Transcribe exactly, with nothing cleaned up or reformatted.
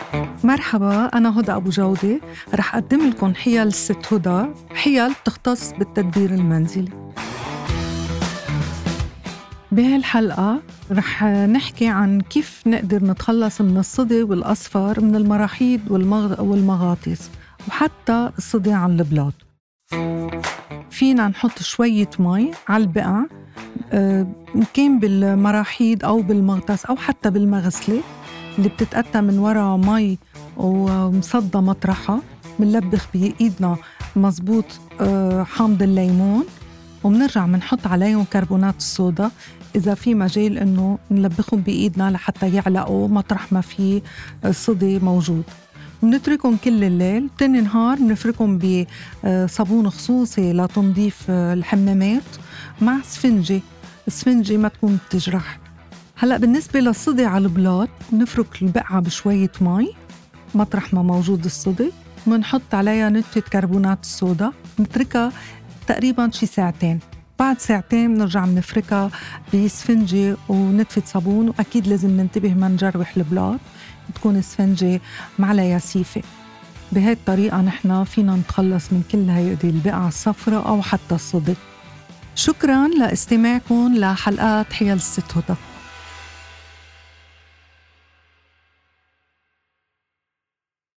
مرحبا، أنا هدى أبو جودة. رح أقدم لكم حيل الست هدى، حيل تختص بالتدبير المنزلي. بهالحلقة رح نحكي عن كيف نقدر نتخلص من الصدى والأصفر من المراحيض والمغ... والمغاطيس وحتى الصدى عن البلاط. فينا نحط شوية مي على البقع، أه كان بالمراحيض أو بالمغطس أو حتى بالمغسلة اللي بتتقطع من وراء مي ومصدى مطرحها. منلبخ بإيدنا مزبوط أه حامض الليمون، ومنرجع منحط عليهم كربونات الصودا إذا في مجال إنه نلبخهم بإيدنا لحتى يعلقوا مطرح ما في صدى موجود. بنتركهم كل الليل. تاني نهار بنفركهم بصابون خصوصي لتنظيف الحمامات مع سفنجة سفنجة ما تكون بتجرح. هلأ بالنسبة للصدى على البلاط، نفرك البقعة بشوية مي مطرح ما موجود الصدى، ونحط عليها نتفة كربونات الصودا، نتركها تقريباً شي ساعتين. بعد ساعتين بنرجع بنفركها بسفنجة ونتفة صابون، وأكيد لازم ننتبه ما نجرح البلاط، تكون السفنجة معلها سيفة. بهاي الطريقة نحن فينا نتخلص من كل هذه البقع الصفراء أو حتى الصدى. شكراً لاستماعكم لحلقات حيل الست هدى.